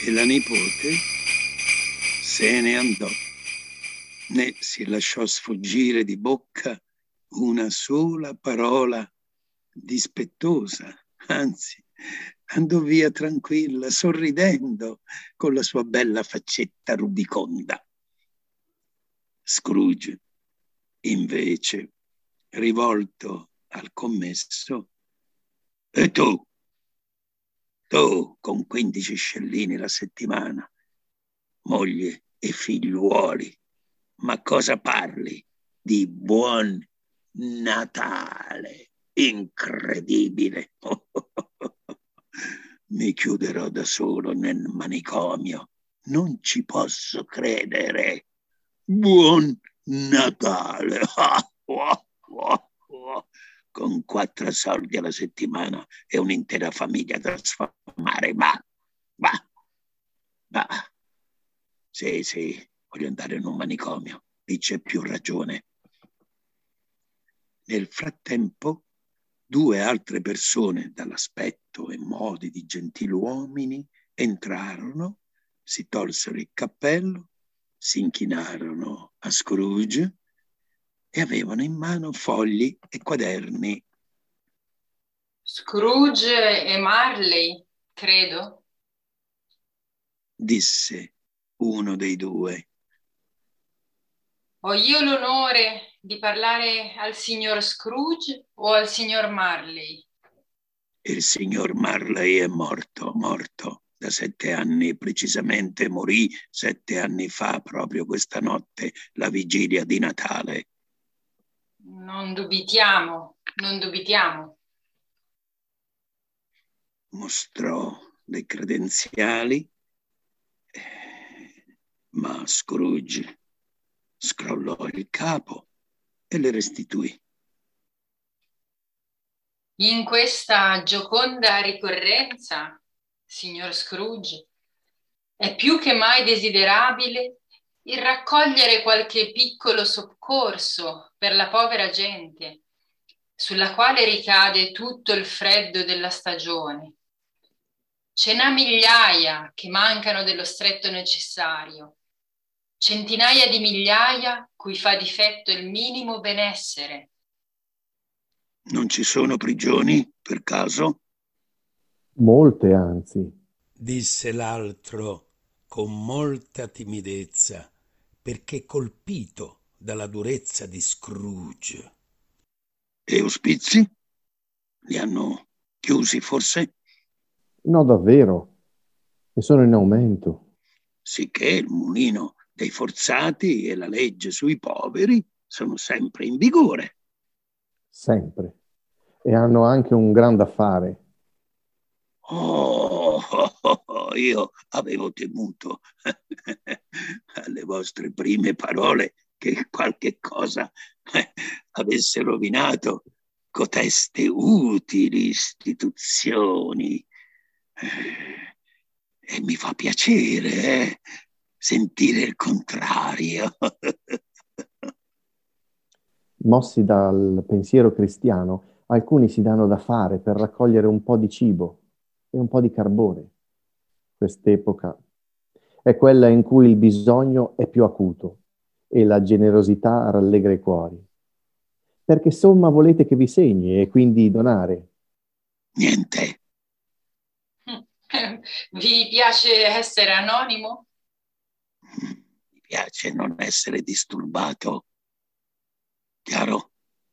E la nipote se ne andò, né si lasciò sfuggire di bocca una sola parola dispettosa, anzi, andò via tranquilla, sorridendo, con la sua bella faccetta rubiconda. Scrooge, invece, rivolto al commesso: e tu con 15 scellini la settimana, moglie e figliuoli, ma cosa parli di buon Natale? Incredibile! Mi chiuderò da solo nel manicomio. Non ci posso credere. Buon Natale! Con 4 soldi alla settimana e un'intera famiglia da sfamare. Ma. Sì, voglio andare in un manicomio. Lì c'è più ragione. Nel frattempo, 2 altre persone dall'aspetto e modi di gentiluomini entrarono, si tolsero il cappello, si inchinarono a Scrooge e avevano in mano fogli e quaderni. Scrooge e Marley, credo, disse uno dei 2. Ho io l'onore di parlare al signor Scrooge o al signor Marley? Il signor Marley è morto da 7 anni, precisamente morì 7 anni fa, proprio questa notte, la vigilia di Natale. Non dubitiamo. Mostrò le credenziali, ma Scrooge scrollò il capo e le restituì. In questa gioconda ricorrenza, signor Scrooge, è più che mai desiderabile il raccogliere qualche piccolo soccorso per la povera gente, sulla quale ricade tutto il freddo della stagione. Ce n'ha migliaia che mancano dello stretto necessario, centinaia di migliaia cui fa difetto il minimo benessere. Non ci sono prigioni, per caso? Molte, anzi, disse l'altro con molta timidezza, perché colpito dalla durezza di Scrooge. E ospizi? Li hanno chiusi, forse? no davvero, e sono in aumento. Sicché il mulino dei forzati e la legge sui poveri sono sempre in vigore. Sempre. E hanno anche un gran affare. Io avevo temuto alle vostre prime parole che qualche cosa avesse rovinato coteste utili istituzioni. E mi fa piacere sentire il contrario. Mossi dal pensiero cristiano, alcuni si danno da fare per raccogliere un po' di cibo e un po' di carbone. Quest'epoca è quella in cui il bisogno è più acuto e la generosità rallegra i cuori. Perché somma volete che vi segni e quindi donare? Niente. Vi piace essere anonimo? Mi piace non essere disturbato. Chiaro?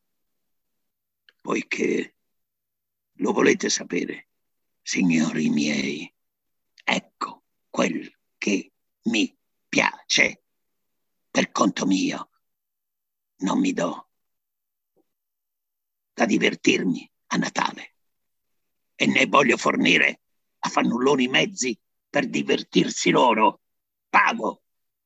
Poiché lo volete sapere, signori miei, ecco quel che mi piace. Per conto mio, non mi do da divertirmi a Natale e ne voglio fornire a fannulloni mezzi per divertirsi loro. Pago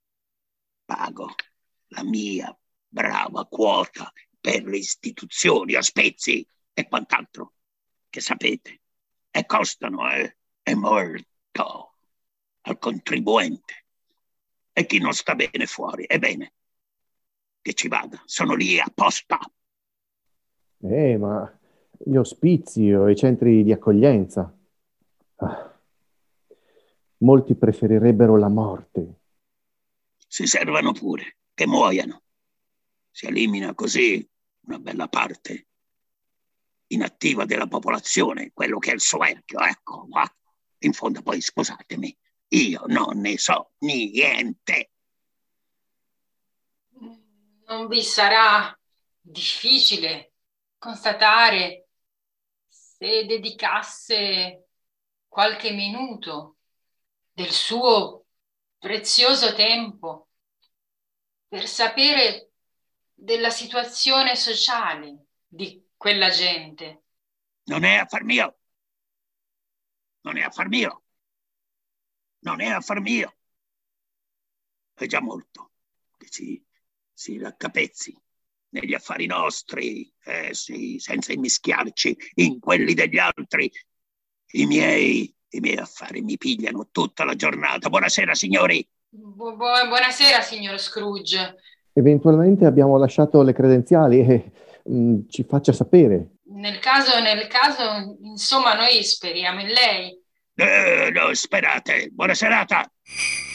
la mia brava quota per le istituzioni, ospizi e quant'altro che sapete, e costano è molto al contribuente. E chi non sta bene fuori, è bene che ci vada, sono lì apposta. Ma gli ospizi o i centri di accoglienza. Ah, Molti preferirebbero la morte. Si servano pure, che muoiano. Si elimina così una bella parte inattiva della popolazione, quello che è il soverchio, ecco qua. In fondo poi, scusatemi, io non ne so niente. Non vi sarà difficile constatare se dedicasse qualche minuto del suo prezioso tempo per sapere della situazione sociale di quella gente. Non è affar mio. Non è affar mio. Non è affar mio. È già molto che si raccapezzi negli affari nostri, sì, senza immischiarci in quelli degli altri. I miei affari mi pigliano tutta la giornata. Buonasera, signori. Buonasera, signor Scrooge. Eventualmente abbiamo lasciato le credenziali e ci faccia sapere. Nel caso, insomma, noi speriamo in lei. No, sperate. Buona serata.